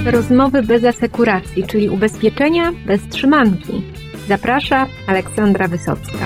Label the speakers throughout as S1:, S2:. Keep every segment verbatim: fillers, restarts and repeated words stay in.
S1: Rozmowy bez asekuracji, czyli ubezpieczenia bez trzymanki. Zaprasza Aleksandra Wysocka.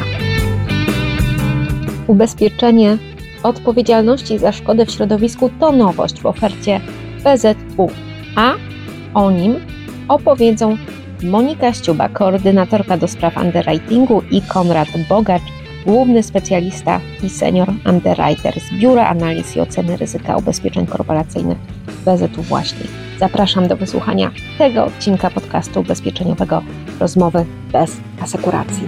S1: Ubezpieczenie odpowiedzialności za szkodę w środowisku to nowość w ofercie P Z U, a o nim opowiedzą Monika Ściuba, koordynatorka do spraw underwritingu, i Konrad Bogacz, główny specjalista i senior underwriter z Biura Analiz i Oceny Ryzyka Ubezpieczeń Korporacyjnych P Z U właśnie. Zapraszam do wysłuchania tego odcinka podcastu ubezpieczeniowego Rozmowy bez asekuracji.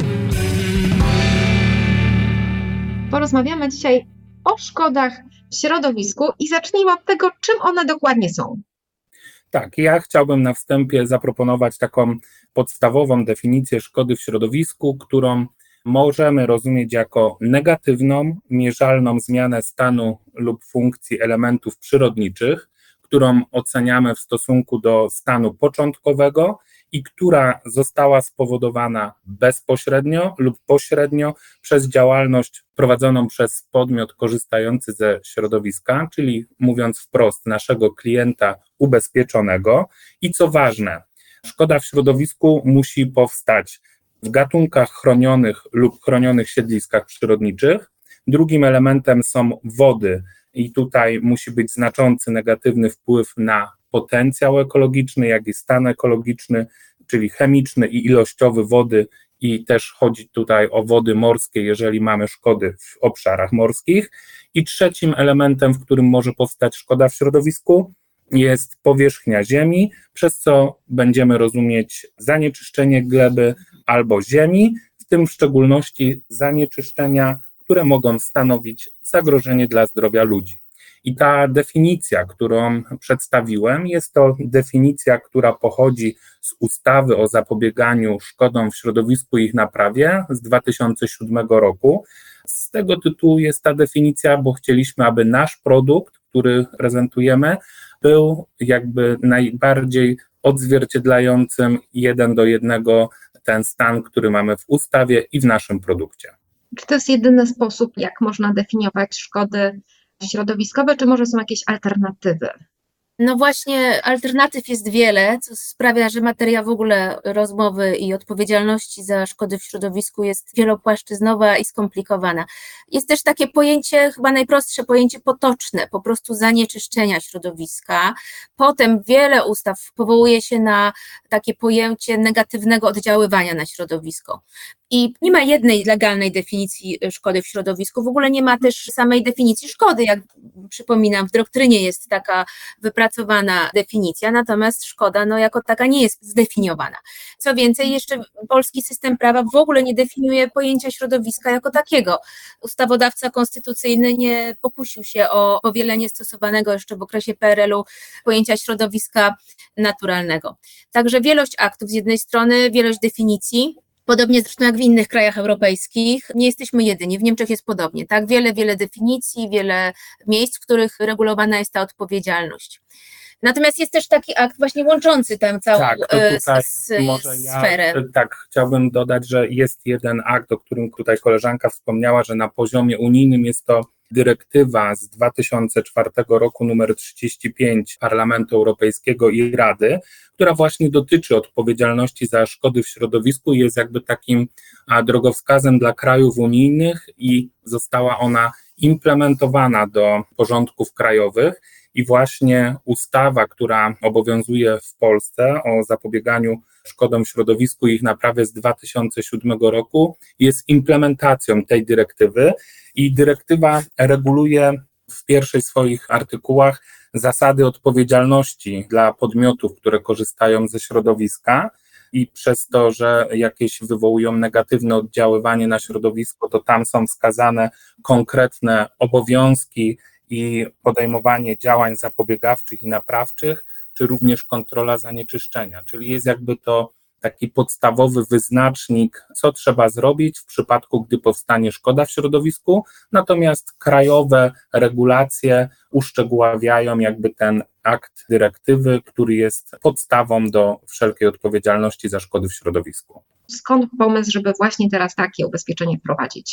S1: Porozmawiamy dzisiaj o szkodach w środowisku i zacznijmy od tego, czym one dokładnie są.
S2: Tak, ja chciałbym na wstępie zaproponować taką podstawową definicję szkody w środowisku, którą możemy rozumieć jako negatywną, mierzalną zmianę stanu lub funkcji elementów przyrodniczych, którą oceniamy w stosunku do stanu początkowego i która została spowodowana bezpośrednio lub pośrednio przez działalność prowadzoną przez podmiot korzystający ze środowiska, czyli mówiąc wprost, naszego klienta ubezpieczonego. I co ważne, szkoda w środowisku musi powstać w gatunkach chronionych lub chronionych siedliskach przyrodniczych. Drugim elementem są wody i tutaj musi być znaczący negatywny wpływ na potencjał ekologiczny, jak i stan ekologiczny, czyli chemiczny i ilościowy wody, i też chodzi tutaj o wody morskie, jeżeli mamy szkody w obszarach morskich. I trzecim elementem, w którym może powstać szkoda w środowisku, jest powierzchnia ziemi, przez co będziemy rozumieć zanieczyszczenie gleby albo ziemi, w tym w szczególności zanieczyszczenia, które mogą stanowić zagrożenie dla zdrowia ludzi. I ta definicja, którą przedstawiłem, jest to definicja, która pochodzi z ustawy o zapobieganiu szkodom w środowisku i ich naprawie z dwa tysiące siódmego roku. Z tego tytułu jest ta definicja, bo chcieliśmy, aby nasz produkt, który prezentujemy, był jakby najbardziej odzwierciedlającym jeden do jednego ten stan, który mamy w ustawie i w naszym produkcie.
S1: Czy to jest jedyny sposób, jak można definiować szkody środowiskowe, czy może są jakieś alternatywy?
S3: No właśnie, alternatyw jest wiele, co sprawia, że materia w ogóle rozmowy i odpowiedzialności za szkody w środowisku jest wielopłaszczyznowa i skomplikowana. Jest też takie pojęcie, chyba najprostsze pojęcie potoczne, po prostu zanieczyszczenia środowiska. Potem wiele ustaw powołuje się na takie pojęcie negatywnego oddziaływania na środowisko. I nie ma jednej legalnej definicji szkody w środowisku, w ogóle nie ma też samej definicji szkody, jak przypominam, w doktrynie jest taka wypracowana definicja, natomiast szkoda no, jako taka nie jest zdefiniowana. Co więcej, jeszcze polski system prawa w ogóle nie definiuje pojęcia środowiska jako takiego. Ustawodawca konstytucyjny nie pokusił się o powielenie stosowanego jeszcze w okresie P R L-u pojęcia środowiska naturalnego. Także wielość aktów z jednej strony, wielość definicji. Podobnie zresztą jak w innych krajach europejskich, nie jesteśmy jedyni, w Niemczech jest podobnie, tak? Wiele, wiele definicji, wiele miejsc, w których regulowana jest ta odpowiedzialność. Natomiast jest też taki akt właśnie łączący tę całą
S2: tak, tutaj
S3: s-
S2: może
S3: sferę.
S2: Ja, tak, chciałbym dodać, że jest jeden akt, o którym tutaj koleżanka wspomniała, że na poziomie unijnym jest to dyrektywa z dwa tysiące czwartego roku numer trzydzieści pięć Parlamentu Europejskiego i Rady, która właśnie dotyczy odpowiedzialności za szkody w środowisku i jest jakby takim drogowskazem dla krajów unijnych i została ona implementowana do porządków krajowych. I właśnie ustawa, która obowiązuje w Polsce o zapobieganiu szkodom w środowisku i ich naprawie z dwa tysiące siódmego roku, jest implementacją tej dyrektywy i dyrektywa reguluje w pierwszych swoich artykułach zasady odpowiedzialności dla podmiotów, które korzystają ze środowiska i przez to, że jakieś wywołują negatywne oddziaływanie na środowisko, to tam są wskazane konkretne obowiązki i podejmowanie działań zapobiegawczych i naprawczych, czy również kontrola zanieczyszczenia, czyli jest jakby to taki podstawowy wyznacznik, co trzeba zrobić w przypadku, gdy powstanie szkoda w środowisku, natomiast krajowe regulacje uszczegóławiają jakby ten akt dyrektywy, który jest podstawą do wszelkiej odpowiedzialności za szkody w środowisku.
S1: Skąd pomysł, żeby właśnie teraz takie ubezpieczenie wprowadzić?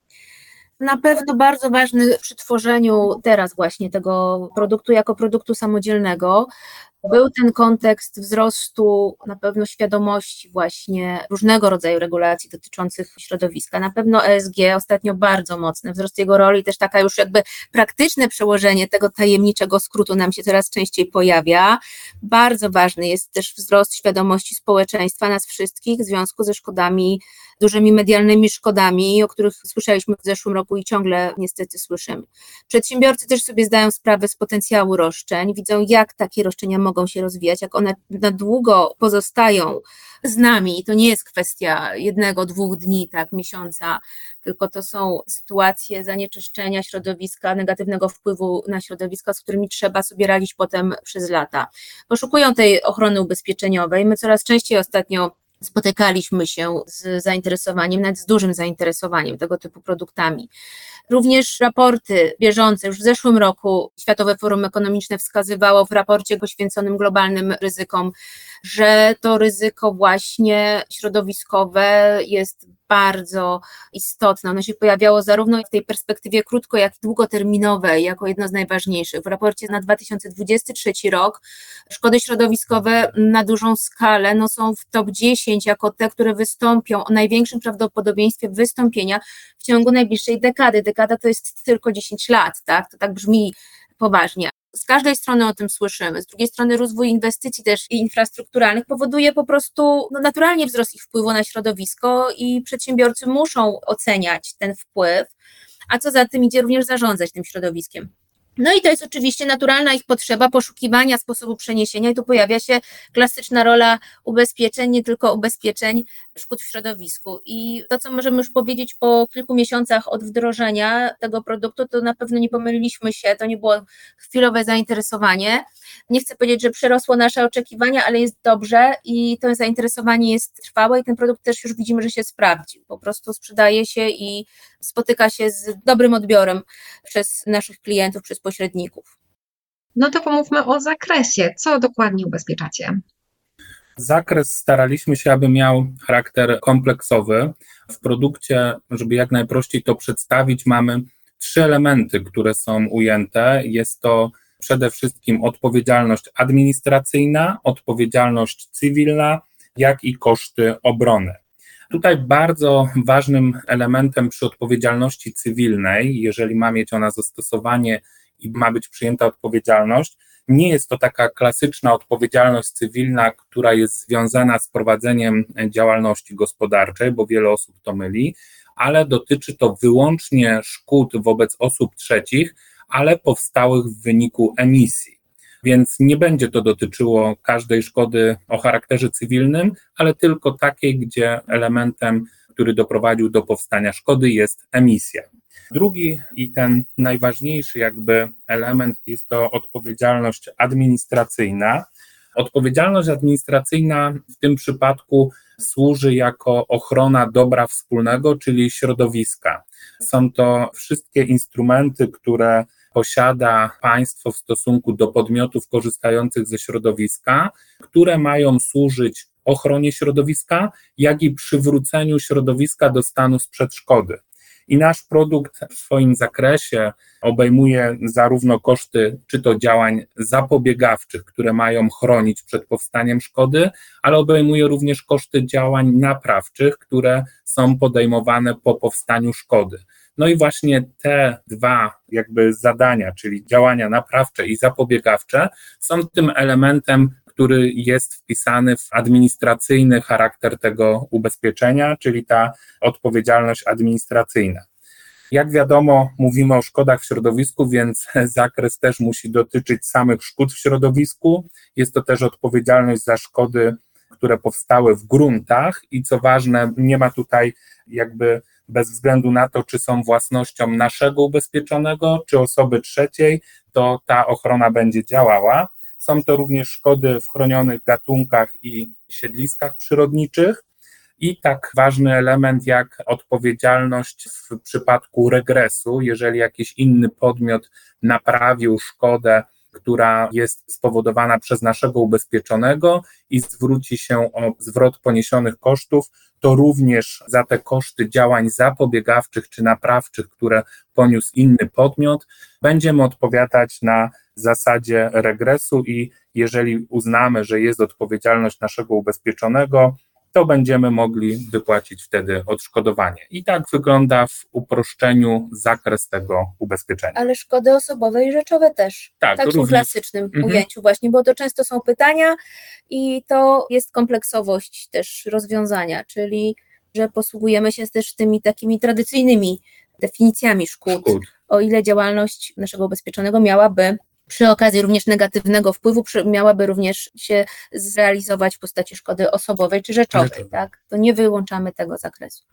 S3: Na pewno bardzo ważny przy tworzeniu teraz właśnie tego produktu jako produktu samodzielnego Był ten kontekst wzrostu na pewno świadomości właśnie różnego rodzaju regulacji dotyczących środowiska. Na pewno E S G ostatnio bardzo mocny, wzrost jego roli, też taka już jakby praktyczne przełożenie tego tajemniczego skrótu nam się coraz częściej pojawia. Bardzo ważny jest też wzrost świadomości społeczeństwa, nas wszystkich w związku ze szkodami, dużymi medialnymi szkodami, o których słyszeliśmy w zeszłym roku i ciągle niestety słyszymy. Przedsiębiorcy też sobie zdają sprawę z potencjału roszczeń, widzą jak takie roszczenia mogą się rozwijać, jak one na długo pozostają z nami i to nie jest kwestia jednego, dwóch dni, tak, miesiąca, tylko to są sytuacje zanieczyszczenia środowiska, negatywnego wpływu na środowisko, z którymi trzeba sobie radzić potem przez lata. Poszukują tej ochrony ubezpieczeniowej. My coraz częściej ostatnio spotykaliśmy się z zainteresowaniem, nawet z dużym zainteresowaniem tego typu produktami. Również raporty bieżące, już w zeszłym roku Światowe Forum Ekonomiczne wskazywało w raporcie poświęconym globalnym ryzykom, że to ryzyko właśnie środowiskowe jest bardzo istotne. Ono się pojawiało zarówno w tej perspektywie krótko, jak i długoterminowej, jako jedno z najważniejszych. W raporcie na dwa tysiące dwudziesty trzeci rok szkody środowiskowe na dużą skalę no są w top dziesięć jako te, które wystąpią o największym prawdopodobieństwie wystąpienia w ciągu najbliższej dekady. Dekada to jest tylko dziesięć lat, tak? To tak brzmi poważnie. Z każdej strony o tym słyszymy, z drugiej strony rozwój inwestycji też i infrastrukturalnych powoduje po prostu no, naturalnie wzrost ich wpływu na środowisko i przedsiębiorcy muszą oceniać ten wpływ, a co za tym idzie również zarządzać tym środowiskiem. No i to jest oczywiście naturalna ich potrzeba poszukiwania sposobu przeniesienia i tu pojawia się klasyczna rola ubezpieczeń, nie tylko ubezpieczeń szkód w środowisku. I to, co możemy już powiedzieć po kilku miesiącach od wdrożenia tego produktu, to na pewno nie pomyliliśmy się, to nie było chwilowe zainteresowanie. Nie chcę powiedzieć, że przerosło nasze oczekiwania, ale jest dobrze i to zainteresowanie jest trwałe i ten produkt też już widzimy, że się sprawdził. Po prostu sprzedaje się i spotyka się z dobrym odbiorem przez naszych klientów, przez pośredników.
S4: No to pomówmy o zakresie. Co dokładnie ubezpieczacie?
S2: Zakres staraliśmy się, aby miał charakter kompleksowy. W produkcie, żeby jak najprościej to przedstawić, mamy trzy elementy, które są ujęte. Jest to przede wszystkim odpowiedzialność administracyjna, odpowiedzialność cywilna, jak i koszty obrony. Tutaj bardzo ważnym elementem przy odpowiedzialności cywilnej, jeżeli ma mieć ona zastosowanie i ma być przyjęta odpowiedzialność, nie jest to taka klasyczna odpowiedzialność cywilna, która jest związana z prowadzeniem działalności gospodarczej, bo wiele osób to myli, ale dotyczy to wyłącznie szkód wobec osób trzecich, ale powstałych w wyniku emisji. Więc nie będzie to dotyczyło każdej szkody o charakterze cywilnym, ale tylko takiej, gdzie elementem, który doprowadził do powstania szkody, jest emisja. Drugi i ten najważniejszy jakby element jest to odpowiedzialność administracyjna. Odpowiedzialność administracyjna w tym przypadku służy jako ochrona dobra wspólnego, czyli środowiska. Są to wszystkie instrumenty, które posiada państwo w stosunku do podmiotów korzystających ze środowiska, które mają służyć ochronie środowiska, jak i przywróceniu środowiska do stanu sprzed szkody. I nasz produkt w swoim zakresie obejmuje zarówno koszty czy to działań zapobiegawczych, które mają chronić przed powstaniem szkody, ale obejmuje również koszty działań naprawczych, które są podejmowane po powstaniu szkody. No i właśnie te dwa jakby zadania, czyli działania naprawcze i zapobiegawcze, są tym elementem, który jest wpisany w administracyjny charakter tego ubezpieczenia, czyli ta odpowiedzialność administracyjna. Jak wiadomo, mówimy o szkodach w środowisku, więc zakres też musi dotyczyć samych szkód w środowisku. Jest to też odpowiedzialność za szkody, które powstały w gruntach i co ważne, nie ma tutaj jakby bez względu na to, czy są własnością naszego ubezpieczonego, czy osoby trzeciej, to ta ochrona będzie działała. Są to również szkody w chronionych gatunkach i siedliskach przyrodniczych i tak ważny element jak odpowiedzialność w przypadku regresu, jeżeli jakiś inny podmiot naprawił szkodę, która jest spowodowana przez naszego ubezpieczonego i zwróci się o zwrot poniesionych kosztów, to również za te koszty działań zapobiegawczych czy naprawczych, które poniósł inny podmiot, będziemy odpowiadać na zasadzie regresu i jeżeli uznamy, że jest odpowiedzialność naszego ubezpieczonego, to będziemy mogli wypłacić wtedy odszkodowanie. I tak wygląda w uproszczeniu zakres tego ubezpieczenia.
S3: Ale szkody osobowe i rzeczowe też.
S2: Tak,
S3: tak w
S2: również.
S3: klasycznym
S2: Mhm.
S3: ujęciu właśnie, bo to często są pytania i to jest kompleksowość też rozwiązania, czyli że posługujemy się też tymi takimi tradycyjnymi definicjami szkód,
S2: Szkód.
S3: o ile działalność naszego ubezpieczonego miałaby przy okazji również negatywnego wpływu, przy, miałaby również się zrealizować w postaci szkody osobowej czy rzeczowej,
S2: Rzeczowej.
S3: tak? To nie wyłączamy tego zakresu.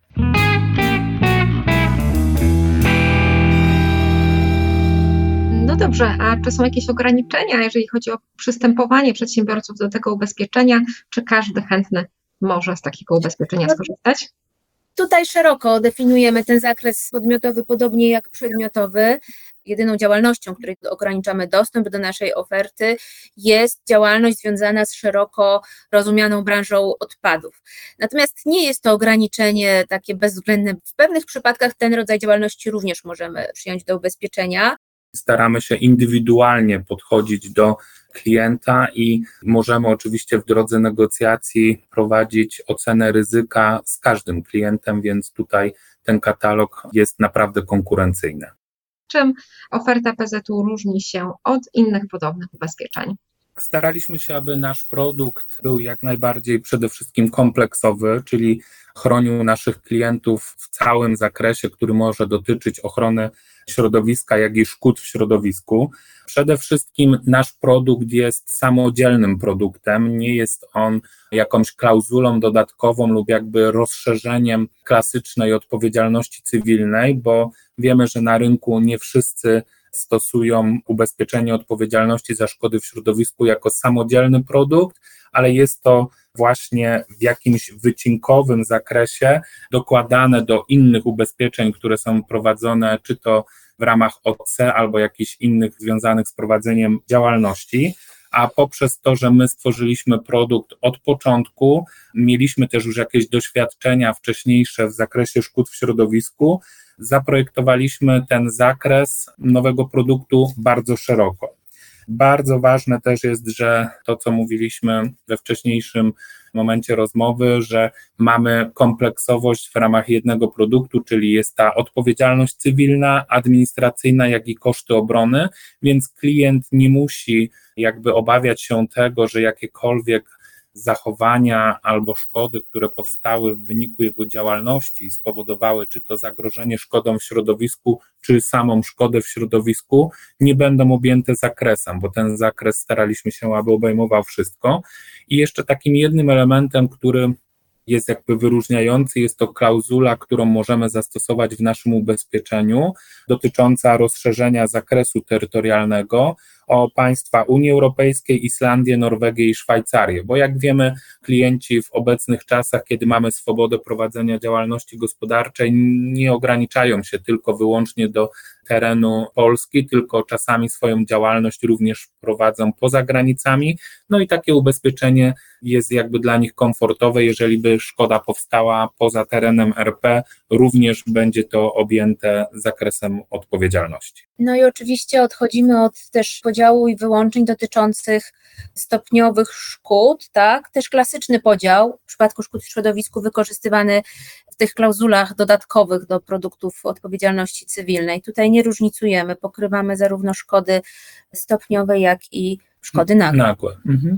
S4: No dobrze, a czy są jakieś ograniczenia, jeżeli chodzi o przystępowanie przedsiębiorców do tego ubezpieczenia? Czy każdy chętny może z takiego ubezpieczenia skorzystać?
S3: Tutaj szeroko definiujemy ten zakres podmiotowy, podobnie jak przedmiotowy. Jedyną działalnością, której ograniczamy dostęp do naszej oferty, jest działalność związana z szeroko rozumianą branżą odpadów. Natomiast nie jest to ograniczenie takie bezwzględne. W pewnych przypadkach ten rodzaj działalności również możemy przyjąć do ubezpieczenia.
S2: Staramy się indywidualnie podchodzić do klienta i możemy oczywiście w drodze negocjacji prowadzić ocenę ryzyka z każdym klientem, więc tutaj ten katalog jest naprawdę konkurencyjny.
S4: Czym oferta P Z U różni się od innych podobnych ubezpieczeń?
S2: Staraliśmy się, aby nasz produkt był jak najbardziej przede wszystkim kompleksowy, czyli chronił naszych klientów w całym zakresie, który może dotyczyć ochrony środowiska, jak i szkód w środowisku. Przede wszystkim nasz produkt jest samodzielnym produktem, nie jest on jakąś klauzulą dodatkową lub jakby rozszerzeniem klasycznej odpowiedzialności cywilnej, bo wiemy, że na rynku nie wszyscy stosują ubezpieczenie odpowiedzialności za szkody w środowisku jako samodzielny produkt, ale jest to właśnie w jakimś wycinkowym zakresie dokładane do innych ubezpieczeń, które są prowadzone czy to w ramach O C albo jakichś innych związanych z prowadzeniem działalności, a poprzez to, że my stworzyliśmy produkt od początku, mieliśmy też już jakieś doświadczenia wcześniejsze w zakresie szkód w środowisku, zaprojektowaliśmy ten zakres nowego produktu bardzo szeroko. Bardzo ważne też jest, że to, co mówiliśmy we wcześniejszym momencie rozmowy, że mamy kompleksowość w ramach jednego produktu, czyli jest ta odpowiedzialność cywilna, administracyjna, jak i koszty obrony, więc klient nie musi jakby obawiać się tego, że jakiekolwiek zachowania albo szkody, które powstały w wyniku jego działalności i spowodowały czy to zagrożenie szkodą w środowisku, czy samą szkodę w środowisku, nie będą objęte zakresem, bo ten zakres staraliśmy się, aby obejmował wszystko. I jeszcze takim jednym elementem, który jest jakby wyróżniający, jest to klauzula, którą możemy zastosować w naszym ubezpieczeniu, dotycząca rozszerzenia zakresu terytorialnego o państwa Unii Europejskiej, Islandię, Norwegię i Szwajcarię, bo jak wiemy, klienci w obecnych czasach, kiedy mamy swobodę prowadzenia działalności gospodarczej, nie ograniczają się tylko wyłącznie do terenu Polski, tylko czasami swoją działalność również prowadzą poza granicami, no i takie ubezpieczenie jest jakby dla nich komfortowe, jeżeli by szkoda powstała poza terenem R P, również będzie to objęte zakresem odpowiedzialności.
S3: No i oczywiście odchodzimy od też podziału i wyłączeń dotyczących stopniowych szkód, tak? Też klasyczny podział w przypadku szkód w środowisku wykorzystywany w tych klauzulach dodatkowych do produktów odpowiedzialności cywilnej. Tutaj nie różnicujemy, pokrywamy zarówno szkody stopniowe, jak i szkody nagłe.
S2: Nagłe. Mhm.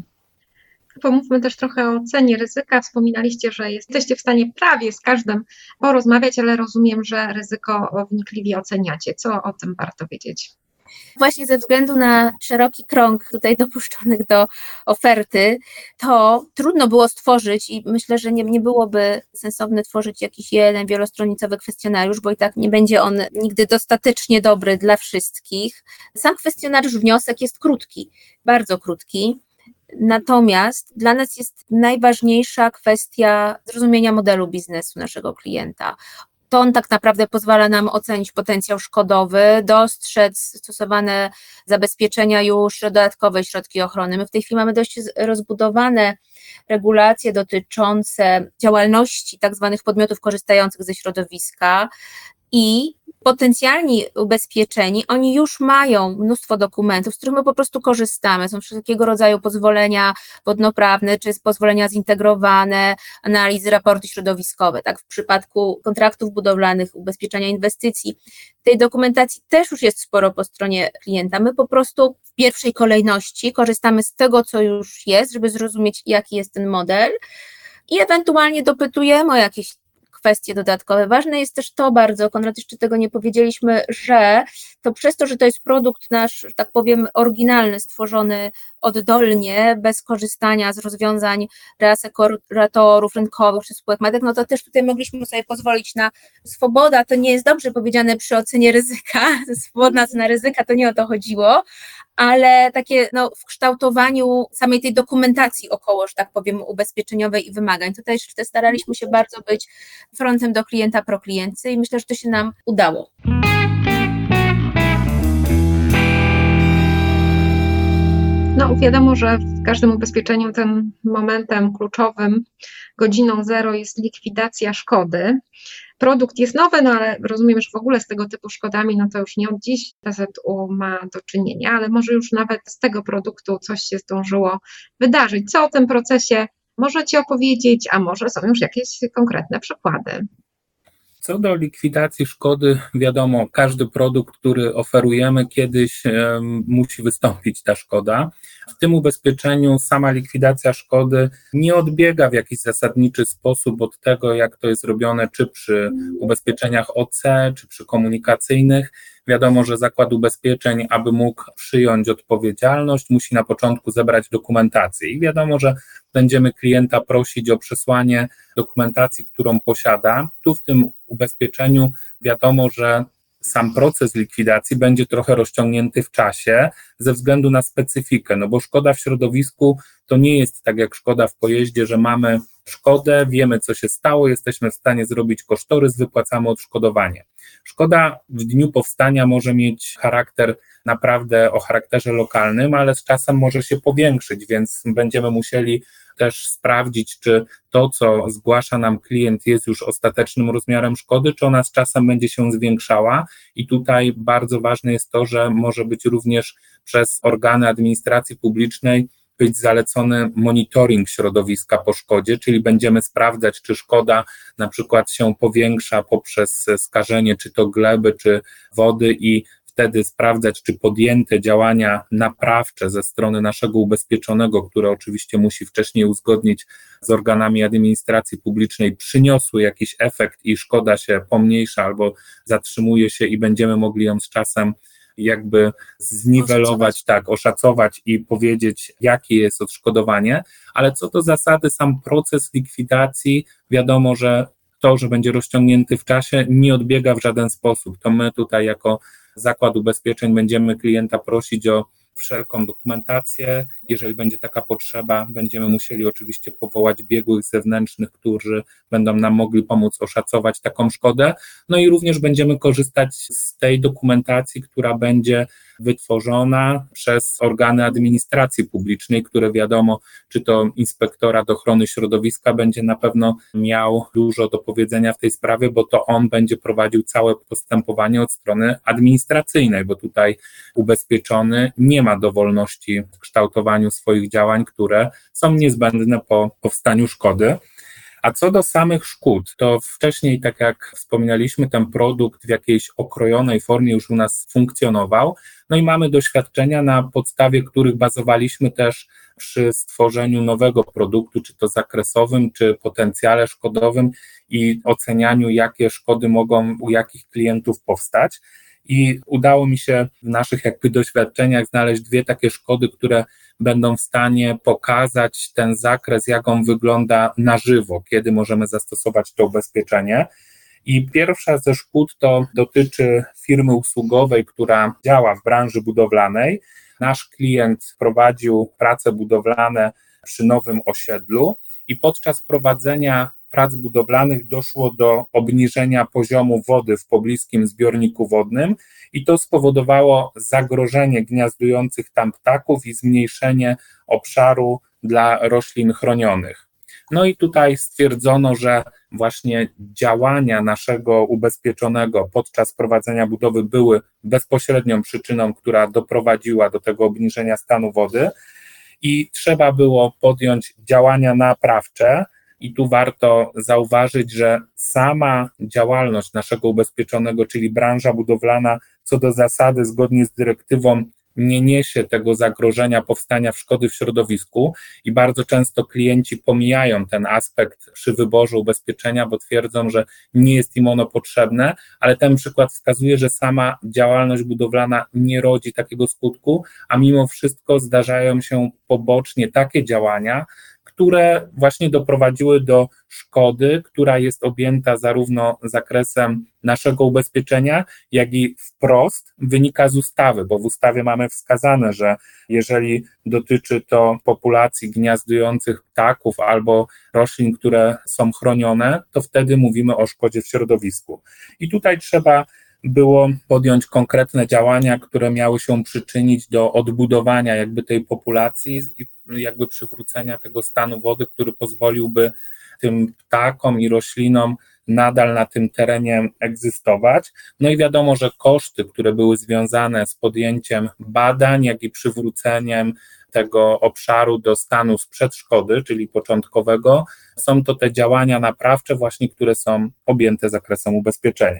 S4: Pomówmy też trochę o cenie ryzyka. Wspominaliście, że jesteście w stanie prawie z każdym porozmawiać, ale rozumiem, że ryzyko wnikliwie oceniacie. Co o tym warto wiedzieć?
S3: Właśnie ze względu na szeroki krąg tutaj dopuszczonych do oferty, to trudno było stworzyć i myślę, że nie, nie byłoby sensowne tworzyć jakiś jeden wielostronicowy kwestionariusz, bo i tak nie będzie on nigdy dostatecznie dobry dla wszystkich. Sam kwestionariusz, wniosek jest krótki, bardzo krótki. Natomiast dla nas jest najważniejsza kwestia zrozumienia modelu biznesu naszego klienta. To on tak naprawdę pozwala nam ocenić potencjał szkodowy, dostrzec stosowane zabezpieczenia już, dodatkowe środki ochrony. My w tej chwili mamy dość rozbudowane regulacje dotyczące działalności tak zwanych podmiotów korzystających ze środowiska i potencjalni ubezpieczeni, oni już mają mnóstwo dokumentów, z których my po prostu korzystamy. Są wszelkiego rodzaju pozwolenia wodnoprawne, czy pozwolenia zintegrowane, analizy, raporty środowiskowe. Tak, w przypadku kontraktów budowlanych, ubezpieczenia inwestycji, tej dokumentacji też już jest sporo po stronie klienta. My po prostu w pierwszej kolejności korzystamy z tego, co już jest, żeby zrozumieć, jaki jest ten model i ewentualnie dopytujemy o jakieś kwestie dodatkowe. Ważne jest też to bardzo, Konrad, jeszcze tego nie powiedzieliśmy, że to przez to, że to jest produkt nasz, że tak powiem, oryginalny, stworzony oddolnie, bez korzystania z rozwiązań reasekuratorów rynkowych czy spółek matek, no to też tutaj mogliśmy sobie pozwolić na swoboda, to nie jest dobrze powiedziane przy ocenie ryzyka, swobodna cena ryzyka, to nie o to chodziło, ale takie no, w kształtowaniu samej tej dokumentacji około, że tak powiem, ubezpieczeniowej i wymagań. Tutaj też staraliśmy się bardzo być frontem do klienta pro kliency i myślę, że to się nam udało.
S4: No wiadomo, że w każdym ubezpieczeniu tym momentem kluczowym, godziną zero jest likwidacja szkody. Produkt jest nowy, no ale rozumiem, że w ogóle z tego typu szkodami, no to już nie od dziś P Z U ma do czynienia, ale może już nawet z tego produktu coś się zdążyło wydarzyć. Co o tym procesie możecie opowiedzieć, a może są już jakieś konkretne przykłady?
S2: Co do likwidacji szkody, wiadomo, każdy produkt, który oferujemy, kiedyś um, musi wystąpić ta szkoda. W tym ubezpieczeniu sama likwidacja szkody nie odbiega w jakiś zasadniczy sposób od tego, jak to jest robione, czy przy ubezpieczeniach O C, czy przy komunikacyjnych. Wiadomo, że Zakład Ubezpieczeń, aby mógł przyjąć odpowiedzialność, musi na początku zebrać dokumentację i wiadomo, że będziemy klienta prosić o przesłanie dokumentacji, którą posiada. Tu w tym ubezpieczeniu wiadomo, że sam proces likwidacji będzie trochę rozciągnięty w czasie ze względu na specyfikę, no bo szkoda w środowisku to nie jest tak jak szkoda w pojeździe, że mamy szkodę, wiemy co się stało, jesteśmy w stanie zrobić kosztorys, wypłacamy odszkodowanie. Szkoda w dniu powstania może mieć charakter naprawdę o charakterze lokalnym, ale z czasem może się powiększyć, więc będziemy musieli też sprawdzić, czy to, co zgłasza nam klient, jest już ostatecznym rozmiarem szkody, czy ona z czasem będzie się zwiększała. I tutaj bardzo ważne jest to, że może być również przez organy administracji publicznej być zalecony monitoring środowiska po szkodzie, czyli będziemy sprawdzać, czy szkoda na przykład się powiększa poprzez skażenie, czy to gleby, czy wody i wtedy sprawdzać, czy podjęte działania naprawcze ze strony naszego ubezpieczonego, które oczywiście musi wcześniej uzgodnić z organami administracji publicznej, przyniosły jakiś efekt i szkoda się pomniejsza albo zatrzymuje się i będziemy mogli ją z czasem jakby zniwelować, oszacować. tak, oszacować i powiedzieć, jakie jest odszkodowanie, ale co do zasady sam proces likwidacji, wiadomo, że to, że będzie rozciągnięty w czasie, nie odbiega w żaden sposób. To my tutaj jako Zakład Ubezpieczeń będziemy klienta prosić o wszelką dokumentację. Jeżeli będzie taka potrzeba, będziemy musieli oczywiście powołać biegłych zewnętrznych, którzy będą nam mogli pomóc oszacować taką szkodę. No i również będziemy korzystać z tej dokumentacji, która będzie wytworzona przez organy administracji publicznej, które wiadomo, czy to Inspektorat Ochrony Środowiska będzie na pewno miał dużo do powiedzenia w tej sprawie, bo to on będzie prowadził całe postępowanie od strony administracyjnej, bo tutaj ubezpieczony nie ma dowolności w kształtowaniu swoich działań, które są niezbędne po powstaniu szkody. A co do samych szkód, to wcześniej, tak jak wspominaliśmy, ten produkt w jakiejś okrojonej formie już u nas funkcjonował, no i mamy doświadczenia, na podstawie których bazowaliśmy też przy stworzeniu nowego produktu, czy to zakresowym, czy potencjale szkodowym i ocenianiu, jakie szkody mogą u jakich klientów powstać. I udało mi się w naszych jakby doświadczeniach znaleźć dwie takie szkody, które będą w stanie pokazać ten zakres, jak on wygląda na żywo, kiedy możemy zastosować to ubezpieczenie. I pierwsza ze szkód to dotyczy firmy usługowej, która działa w branży budowlanej. Nasz klient prowadził prace budowlane przy nowym osiedlu i podczas prowadzenia prac budowlanych doszło do obniżenia poziomu wody w pobliskim zbiorniku wodnym i to spowodowało zagrożenie gniazdujących tam ptaków i zmniejszenie obszaru dla roślin chronionych. No i tutaj stwierdzono, że właśnie działania naszego ubezpieczonego podczas prowadzenia budowy były bezpośrednią przyczyną, która doprowadziła do tego obniżenia stanu wody i trzeba było podjąć działania naprawcze. I tu warto zauważyć, że sama działalność naszego ubezpieczonego, czyli branża budowlana, co do zasady, zgodnie z dyrektywą, nie niesie tego zagrożenia powstania szkody w środowisku i bardzo często klienci pomijają ten aspekt przy wyborze ubezpieczenia, bo twierdzą, że nie jest im ono potrzebne, ale ten przykład wskazuje, że sama działalność budowlana nie rodzi takiego skutku, a mimo wszystko zdarzają się pobocznie takie działania, które właśnie doprowadziły do szkody, która jest objęta zarówno zakresem naszego ubezpieczenia, jak i wprost wynika z ustawy, bo w ustawie mamy wskazane, że jeżeli dotyczy to populacji gniazdujących ptaków albo roślin, które są chronione, to wtedy mówimy o szkodzie w środowisku. I tutaj trzeba było podjąć konkretne działania, które miały się przyczynić do odbudowania jakby tej populacji i jakby przywrócenia tego stanu wody, który pozwoliłby tym ptakom i roślinom nadal na tym terenie egzystować. No i wiadomo, że koszty, które były związane z podjęciem badań, jak i przywróceniem tego obszaru do stanu sprzed szkody, czyli początkowego, są to te działania naprawcze właśnie, które są objęte zakresem ubezpieczenia.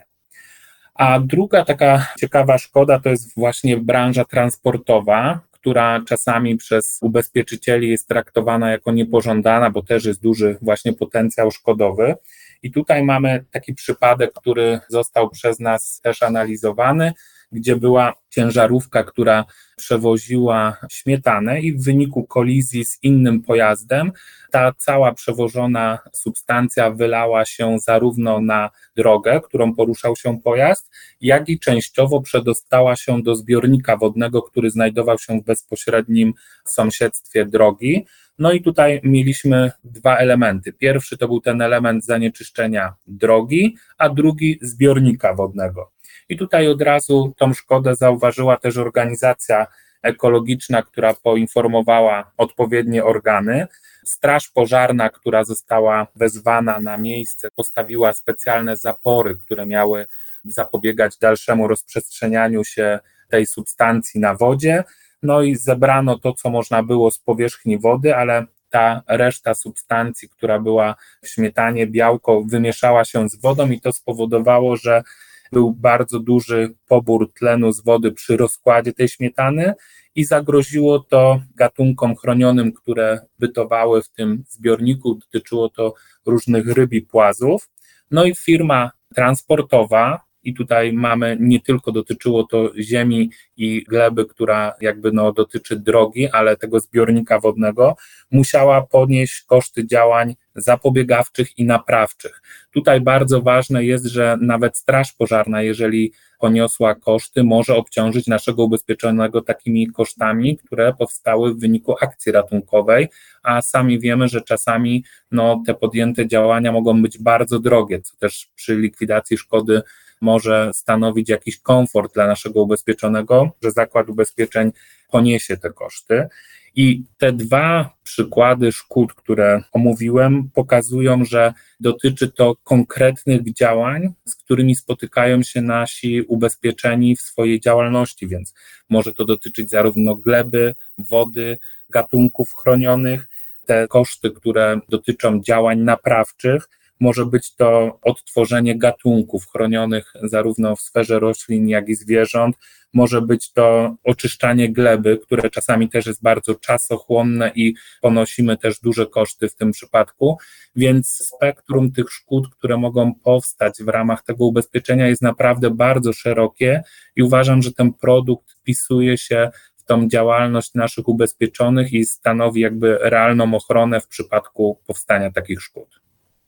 S2: A druga taka ciekawa szkoda to jest właśnie branża transportowa, która czasami przez ubezpieczycieli jest traktowana jako niepożądana, bo też jest duży właśnie potencjał szkodowy. I tutaj mamy taki przypadek, który został przez nas też analizowany, gdzie była ciężarówka, która przewoziła śmietanę i w wyniku kolizji z innym pojazdem ta cała przewożona substancja wylała się zarówno na drogę, którą poruszał się pojazd, jak i częściowo przedostała się do zbiornika wodnego, który znajdował się w bezpośrednim sąsiedztwie drogi. No i tutaj mieliśmy dwa elementy. Pierwszy to był ten element zanieczyszczenia drogi, a drugi zbiornika wodnego. I tutaj od razu tą szkodę zauważyła też organizacja ekologiczna, która poinformowała odpowiednie organy. Straż pożarna, która została wezwana na miejsce, postawiła specjalne zapory, które miały zapobiegać dalszemu rozprzestrzenianianiu się tej substancji na wodzie. No i zebrano to, co można było z powierzchni wody, ale ta reszta substancji, która była w śmietanie, białko, wymieszała się z wodą i to spowodowało, że był bardzo duży pobór tlenu z wody przy rozkładzie tej śmietany i zagroziło to gatunkom chronionym, które bytowały w tym zbiorniku. Dotyczyło to różnych ryb i płazów. No i firma transportowa, i tutaj mamy, nie tylko dotyczyło to ziemi i gleby, która jakby no dotyczy drogi, ale tego zbiornika wodnego, musiała ponieść koszty działań zapobiegawczych i naprawczych. Tutaj bardzo ważne jest, że nawet straż pożarna, jeżeli poniosła koszty, może obciążyć naszego ubezpieczonego takimi kosztami, które powstały w wyniku akcji ratunkowej, a sami wiemy, że czasami no, te podjęte działania mogą być bardzo drogie, co też przy likwidacji szkody może stanowić jakiś komfort dla naszego ubezpieczonego, że zakład ubezpieczeń poniesie te koszty. I te dwa przykłady szkód, które omówiłem, pokazują, że dotyczy to konkretnych działań, z którymi spotykają się nasi ubezpieczeni w swojej działalności, więc może to dotyczyć zarówno gleby, wody, gatunków chronionych, te koszty, które dotyczą działań naprawczych, może być to odtworzenie gatunków chronionych zarówno w sferze roślin, jak i zwierząt, może być to oczyszczanie gleby, które czasami też jest bardzo czasochłonne i ponosimy też duże koszty w tym przypadku, więc spektrum tych szkód, które mogą powstać w ramach tego ubezpieczenia jest naprawdę bardzo szerokie i uważam, że ten produkt wpisuje się w tą działalność naszych ubezpieczonych i stanowi jakby realną ochronę w przypadku powstania takich szkód.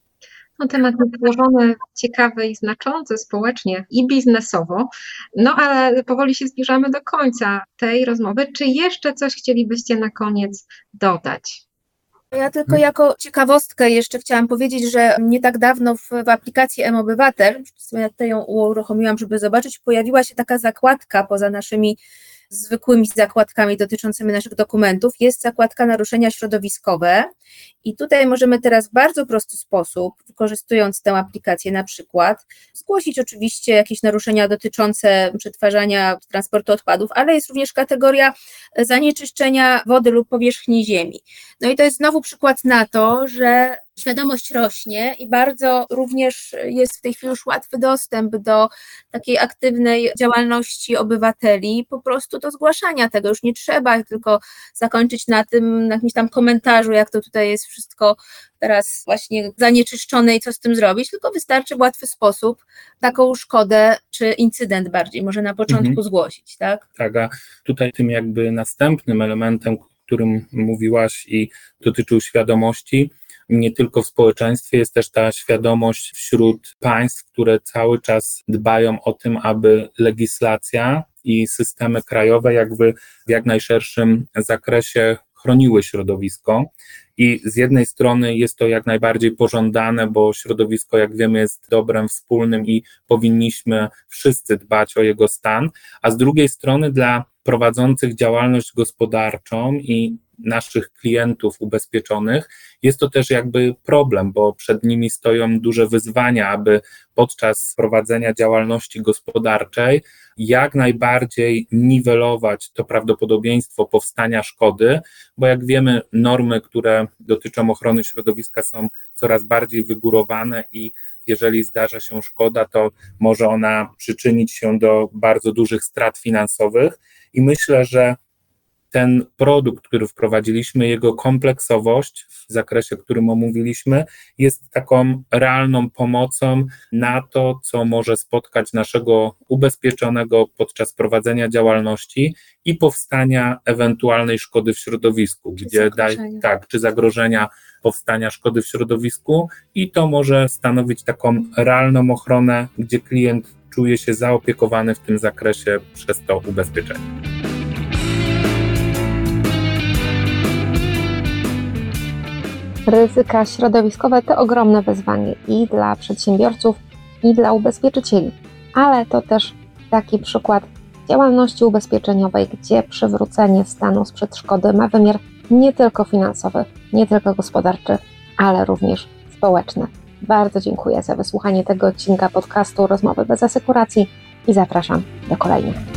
S4: No, temat złożony, ciekawy i znaczący społecznie i biznesowo, no ale powoli się zbliżamy do końca tej rozmowy. Czy jeszcze coś chcielibyście na koniec dodać?
S3: Ja tylko jako ciekawostkę jeszcze chciałam powiedzieć, że nie tak dawno w, w aplikacji mObywatel, ja tutaj ją uruchomiłam, żeby zobaczyć, pojawiła się taka zakładka poza naszymi zwykłymi zakładkami dotyczącymi naszych dokumentów, jest zakładka naruszenia środowiskowe i tutaj możemy teraz w bardzo prosty sposób, wykorzystując tę aplikację na przykład, zgłosić oczywiście jakieś naruszenia dotyczące przetwarzania, transportu odpadów, ale jest również kategoria zanieczyszczenia wody lub powierzchni ziemi. No i to jest znowu przykład na to, że świadomość rośnie i bardzo również jest w tej chwili już łatwy dostęp do takiej aktywnej działalności obywateli, po prostu do zgłaszania tego. Już nie trzeba tylko zakończyć na tym, na jakimś tam komentarzu, jak to tutaj jest wszystko teraz właśnie zanieczyszczone i co z tym zrobić, tylko wystarczy w łatwy sposób taką szkodę czy incydent bardziej, może na początku mhm. zgłosić, tak?
S2: Tak, a tutaj tym jakby następnym elementem, o którym mówiłaś i dotyczył świadomości, nie tylko w społeczeństwie, jest też ta świadomość wśród państw, które cały czas dbają o tym, aby legislacja i systemy krajowe jakby w jak najszerszym zakresie chroniły środowisko. I z jednej strony jest to jak najbardziej pożądane, bo środowisko, jak wiemy, jest dobrem wspólnym i powinniśmy wszyscy dbać o jego stan, a z drugiej strony dla prowadzących działalność gospodarczą i naszych klientów ubezpieczonych jest to też jakby problem, bo przed nimi stoją duże wyzwania, aby podczas prowadzenia działalności gospodarczej jak najbardziej niwelować to prawdopodobieństwo powstania szkody, bo jak wiemy, normy, które dotyczą ochrony środowiska, są coraz bardziej wygórowane i jeżeli zdarza się szkoda, to może ona przyczynić się do bardzo dużych strat finansowych i myślę, że ten produkt, który wprowadziliśmy, jego kompleksowość w zakresie, którym omówiliśmy, jest taką realną pomocą na to, co może spotkać naszego ubezpieczonego podczas prowadzenia działalności i powstania ewentualnej szkody w środowisku, czy gdzie daj, tak, czy zagrożenia powstania szkody w środowisku i to może stanowić taką realną ochronę, gdzie klient czuje się zaopiekowany w tym zakresie przez to ubezpieczenie.
S1: Ryzyka środowiskowe to ogromne wyzwanie i dla przedsiębiorców, i dla ubezpieczycieli, ale to też taki przykład działalności ubezpieczeniowej, gdzie przywrócenie stanu sprzed szkody ma wymiar nie tylko finansowy, nie tylko gospodarczy, ale również społeczny. Bardzo dziękuję za wysłuchanie tego odcinka podcastu Rozmowy bez asekuracji i zapraszam do kolejnych.